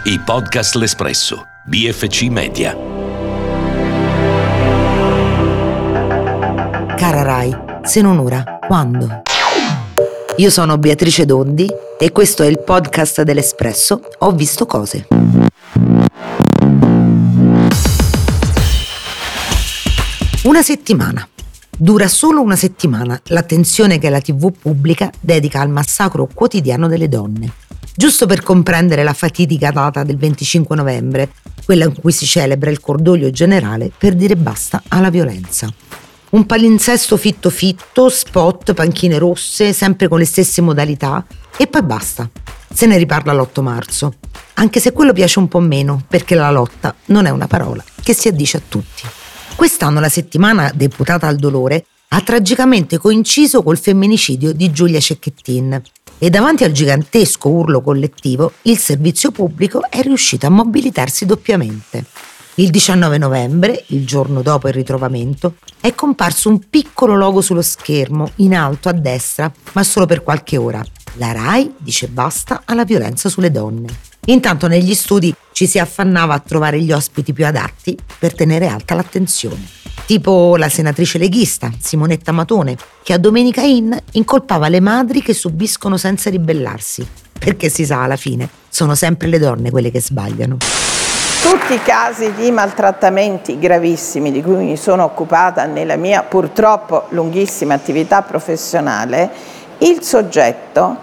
I podcast L'Espresso, BFC Media. Cara Rai, se non ora, quando? Io sono Beatrice Dondi e questo è il podcast dell'Espresso. Ho visto cose. Una settimana. Dura solo una settimana l'attenzione che la TV pubblica dedica al massacro quotidiano delle donne. Giusto per comprendere la fatidica data del 25 novembre, quella in cui si celebra il cordoglio generale per dire basta alla violenza. Un palinsesto fitto, spot, panchine rosse, sempre con le stesse modalità, e poi basta. Se ne riparla l'8 marzo, anche se quello piace un po' meno, perché la lotta non è una parola che si addice a tutti. Quest'anno la settimana deputata al dolore ha tragicamente coinciso col femminicidio di Giulia Cecchettin e davanti al gigantesco urlo collettivo il servizio pubblico è riuscito a mobilitarsi doppiamente. Il 19 novembre, il giorno dopo il ritrovamento, è comparso un piccolo logo sullo schermo, in alto a destra, ma solo per qualche ora. La Rai dice basta alla violenza sulle donne. Intanto negli studi ci si affannava a trovare gli ospiti più adatti per tenere alta l'attenzione. Tipo la senatrice leghista Simonetta Matone, che a Domenica In incolpava le madri che subiscono senza ribellarsi, perché si sa alla fine sono sempre le donne quelle che sbagliano. Tutti i casi di maltrattamenti gravissimi di cui mi sono occupata nella mia purtroppo lunghissima attività professionale, il soggetto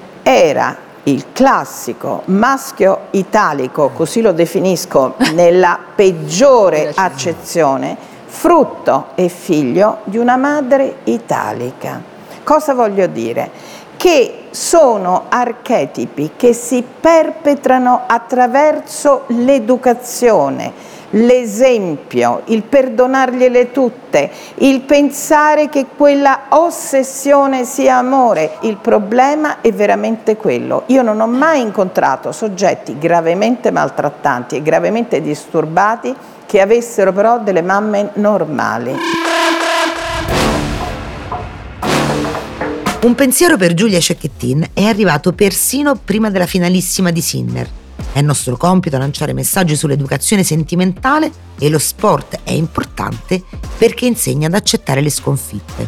era il classico maschio italico, così lo definisco nella peggiore accezione, frutto e figlio di una madre italica. Cosa voglio dire? Che sono archetipi che si perpetrano attraverso l'educazione, l'esempio, il perdonargliele tutte, il pensare che quella ossessione sia amore. Il problema è veramente quello. Io non ho mai incontrato soggetti gravemente maltrattanti e gravemente disturbati che avessero però delle mamme normali. Un pensiero per Giulia Cecchettin è arrivato persino prima della finalissima di Sinner. È nostro compito lanciare messaggi sull'educazione sentimentale e lo sport è importante perché insegna ad accettare le sconfitte.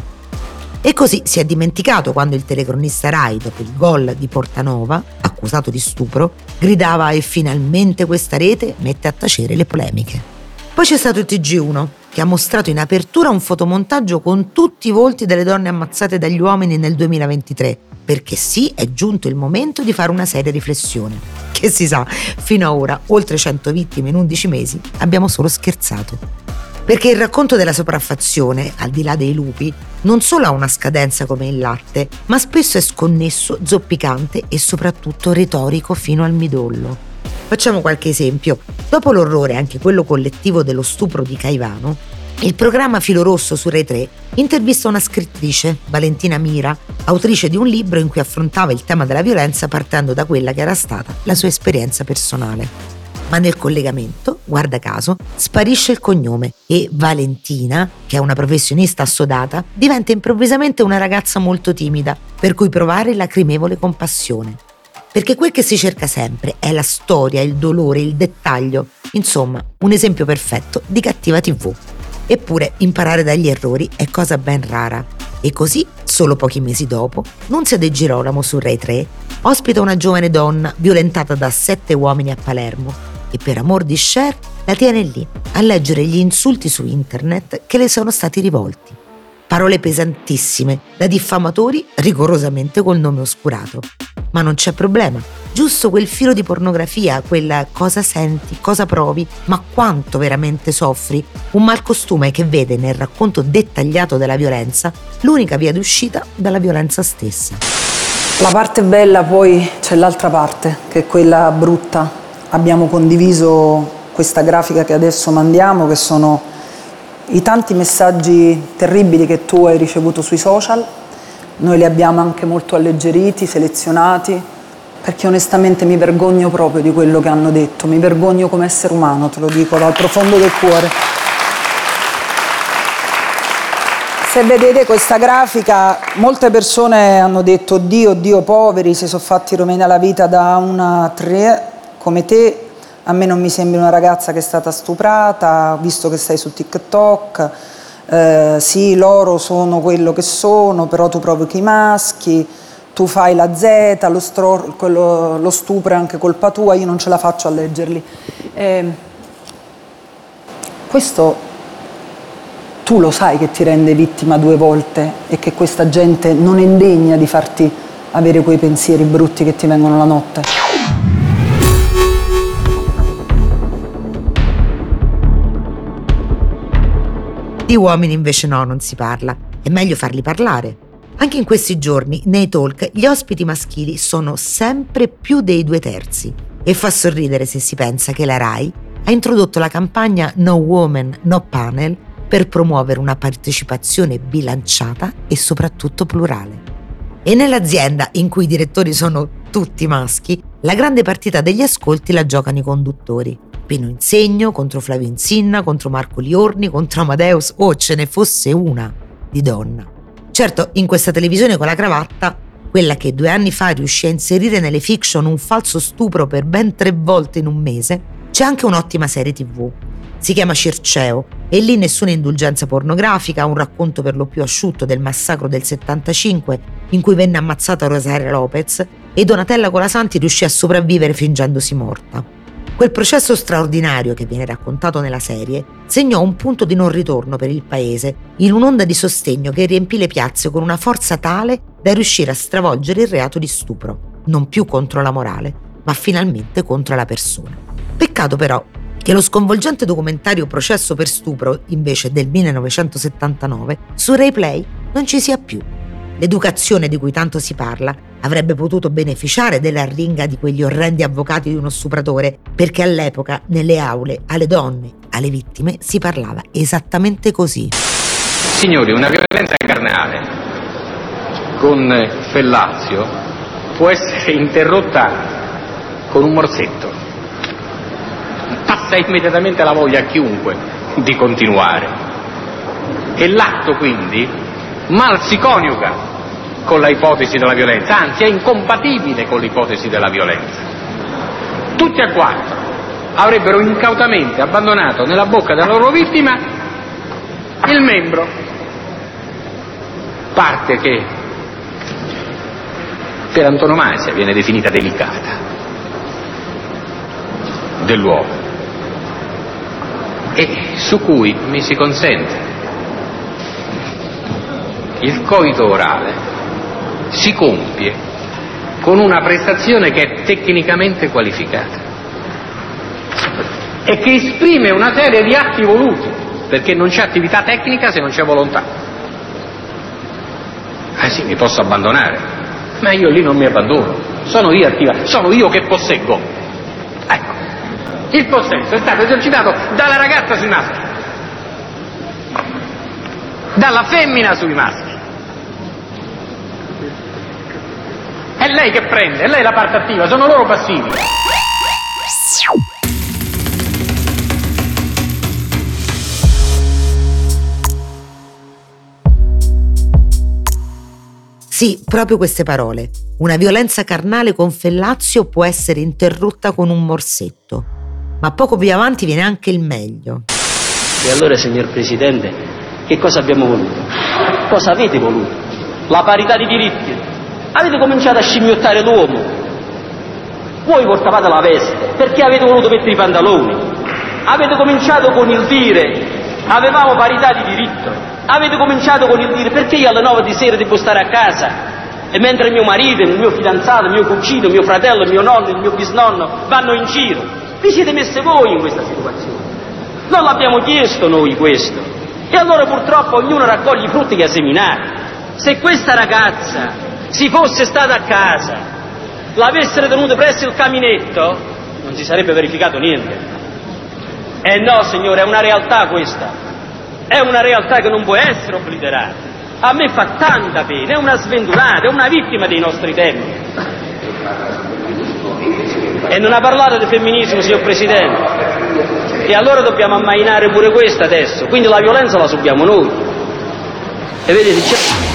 E così si è dimenticato quando il telecronista Rai, dopo il gol di Portanova, accusato di stupro, gridava e finalmente questa rete mette a tacere le polemiche. Poi c'è stato il TG1, che ha mostrato in apertura un fotomontaggio con tutti i volti delle donne ammazzate dagli uomini nel 2023, perché sì, è giunto il momento di fare una seria riflessione. Che si sa, fino ad ora, oltre 100 vittime in 11 mesi, abbiamo solo scherzato. Perché il racconto della sopraffazione, al di là dei lupi, non solo ha una scadenza come il latte, ma spesso è sconnesso, zoppicante e soprattutto retorico fino al midollo. Facciamo qualche esempio. Dopo l'orrore, anche quello collettivo dello stupro di Caivano, il programma Filo Rosso su Rai 3 intervista una scrittrice, Valentina Mira, autrice di un libro in cui affrontava il tema della violenza partendo da quella che era stata la sua esperienza personale. Ma nel collegamento, guarda caso, sparisce il cognome e Valentina, che è una professionista assodata, diventa improvvisamente una ragazza molto timida, per cui provare lacrimevole compassione. Perché quel che si cerca sempre è la storia, il dolore, il dettaglio, insomma, un esempio perfetto di cattiva TV. Eppure imparare dagli errori è cosa ben rara. E così, solo pochi mesi dopo, Nunzia De Girolamo su Rai 3 ospita una giovane donna violentata da 7 uomini a Palermo e per amor di Cher la tiene lì a leggere gli insulti su internet che le sono stati rivolti. Parole pesantissime da diffamatori rigorosamente col nome oscurato. Ma non c'è problema, giusto quel filo di pornografia, quella cosa senti, cosa provi, ma quanto veramente soffri, un malcostume che vede nel racconto dettagliato della violenza l'unica via d'uscita dalla violenza stessa. La parte bella poi c'è l'altra parte, che è quella brutta. Abbiamo condiviso questa grafica che adesso mandiamo, che sono i tanti messaggi terribili che tu hai ricevuto sui social. Noi li abbiamo anche molto alleggeriti, selezionati, perché onestamente mi vergogno proprio di quello che hanno detto, mi vergogno come essere umano, te lo dico dal profondo del cuore. Se vedete questa grafica, molte persone hanno detto Dio, poveri, si sono fatti rovinare la vita da una come te, a me non mi sembri una ragazza che è stata stuprata, visto che stai su TikTok, sì, loro sono quello che sono, però tu provochi i maschi, tu fai la Z, lo stupro è anche colpa tua, io non ce la faccio a leggerli. Questo tu lo sai che ti rende vittima 2 volte e che questa gente non è degna di farti avere quei pensieri brutti che ti vengono la notte. Di uomini invece no, non si parla. È meglio farli parlare. Anche in questi giorni, nei talk, gli ospiti maschili sono sempre più dei 2/3. E fa sorridere se si pensa che la RAI ha introdotto la campagna No Woman, No Panel per promuovere una partecipazione bilanciata e soprattutto plurale. E nell'azienda, in cui i direttori sono tutti maschi, la grande partita degli ascolti la giocano i conduttori. Pino Insegno contro Flavio Insinna, contro Marco Liorni, contro Amadeus, ce ne fosse una di donna. Certo, in questa televisione con la cravatta, quella che 2 anni fa riuscì a inserire nelle fiction un falso stupro per ben 3 volte in un mese, c'è anche un'ottima serie TV. Si chiama Circeo e lì nessuna indulgenza pornografica, un racconto per lo più asciutto del massacro del 75 in cui venne ammazzata Rosaria Lopez e Donatella Colasanti riuscì a sopravvivere fingendosi morta. Quel processo straordinario che viene raccontato nella serie segnò un punto di non ritorno per il paese in un'onda di sostegno che riempì le piazze con una forza tale da riuscire a stravolgere il reato di stupro, non più contro la morale, ma finalmente contro la persona. Peccato però che lo sconvolgente documentario Processo per stupro, invece del 1979, su Rai Play non ci sia più. L'educazione di cui tanto si parla avrebbe potuto beneficiare dell'arringa di quegli orrendi avvocati di uno stupratore, perché all'epoca nelle aule alle donne, alle vittime si parlava esattamente così. Signori, una violenza carnale con fellazio può essere interrotta con un morsetto. Passa immediatamente la voglia a chiunque di continuare. E l'atto quindi mal si coniuga con la ipotesi della violenza, anzi è incompatibile con l'ipotesi della violenza. Tutti e 4 avrebbero incautamente abbandonato nella bocca della loro vittima il membro, parte che per antonomasia viene definita delicata, dell'uomo, e su cui mi si consente il coito orale si compie con una prestazione che è tecnicamente qualificata e che esprime una serie di atti voluti, perché non c'è attività tecnica se non c'è volontà. Sì, mi posso abbandonare, ma io lì non mi abbandono, sono io attiva, sono io che posseggo. Ecco, il possesso è stato esercitato dalla ragazza sui maschi, dalla femmina sui maschi. È lei che prende, è lei la parte attiva, sono loro passivi. Sì, proprio queste parole. Una violenza carnale con fellazio può essere interrotta con un morsetto. Ma poco più avanti viene anche il meglio. E allora, signor Presidente, che cosa abbiamo voluto? Cosa avete voluto? La parità di diritti. Avete cominciato a scimmiottare l'uomo. Voi portavate la veste, perché avete voluto mettere i pantaloni. Avete cominciato con il dire avevamo parità di diritto. Avete cominciato con il dire perché io alle 9 di sera devo stare a casa e mentre mio marito, il mio fidanzato, il mio cugino, il mio fratello, il mio nonno, il mio bisnonno vanno in giro. Vi siete messe voi in questa situazione. Non l'abbiamo chiesto noi questo. E allora purtroppo ognuno raccoglie i frutti che ha seminato. Se questa ragazza si fosse stata a casa, l'avessero tenuto presso il caminetto, non si sarebbe verificato niente. No, signore, è una realtà questa. È una realtà che non può essere obliterata. A me fa tanta pena, è una sventolata, è una vittima dei nostri tempi. E non ha parlato di femminismo, signor Presidente. E allora dobbiamo ammainare pure questa adesso. Quindi la violenza la subiamo noi. E vedete, c'è...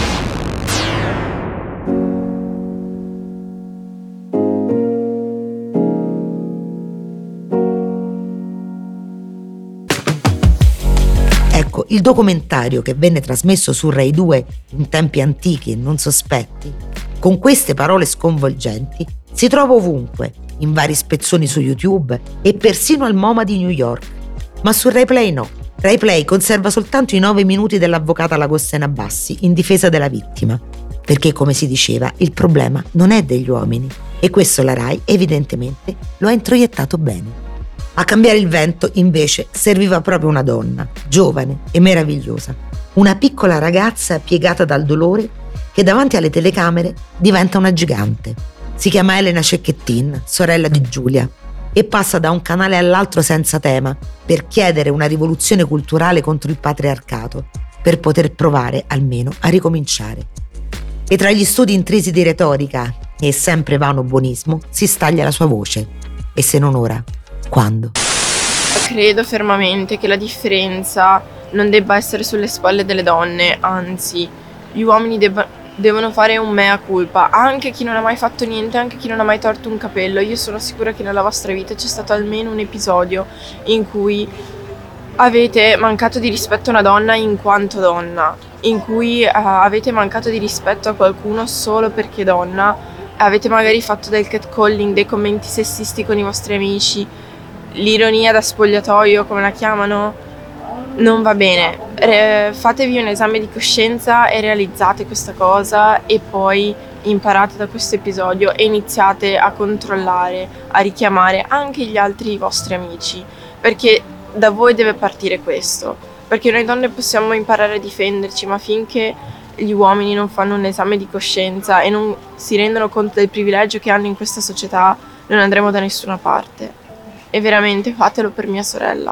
il documentario che venne trasmesso su Rai 2 in tempi antichi e non sospetti, con queste parole sconvolgenti, si trova ovunque, in vari spezzoni su YouTube e persino al MoMA di New York. Ma su Rai Play no. Rai Play conserva soltanto i 9 minuti dell'avvocata Lagostena Bassi in difesa della vittima, perché, come si diceva, il problema non è degli uomini, e questo la Rai evidentemente lo ha introiettato bene. A cambiare il vento, invece, serviva proprio una donna, giovane e meravigliosa, una piccola ragazza piegata dal dolore che davanti alle telecamere diventa una gigante. Si chiama Elena Cecchettin, sorella di Giulia, e passa da un canale all'altro senza tema per chiedere una rivoluzione culturale contro il patriarcato, per poter provare almeno a ricominciare. E tra gli studi intrisi di retorica e sempre vano buonismo si staglia la sua voce. E se non ora, quando? Credo fermamente che la differenza non debba essere sulle spalle delle donne, anzi, gli uomini devono fare un mea culpa, anche chi non ha mai fatto niente, anche chi non ha mai torto un capello. Io sono sicura che nella vostra vita c'è stato almeno un episodio in cui avete mancato di rispetto a una donna in quanto donna, in cui avete mancato di rispetto a qualcuno solo perché donna, avete magari fatto del catcalling, dei commenti sessisti con i vostri amici, l'ironia da spogliatoio, come la chiamano. Non va bene, fatevi un esame di coscienza e realizzate questa cosa, e poi imparate da questo episodio e iniziate a controllare, a richiamare anche gli altri vostri amici, perché da voi deve partire questo, perché noi donne possiamo imparare a difenderci, ma finché gli uomini non fanno un esame di coscienza e non si rendono conto del privilegio che hanno in questa società, non andremo da nessuna parte. E veramente fatelo per mia sorella.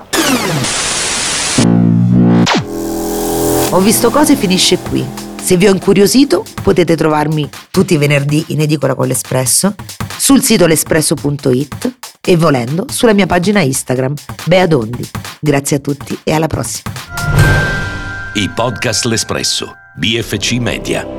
Ho visto cose finisce qui. Se vi ho incuriosito, potete trovarmi tutti i venerdì in edicola con l'Espresso, sul sito l'espresso.it e, volendo, sulla mia pagina Instagram, Bea Dondi. Grazie a tutti e alla prossima. I podcast L'Espresso, BFC Media.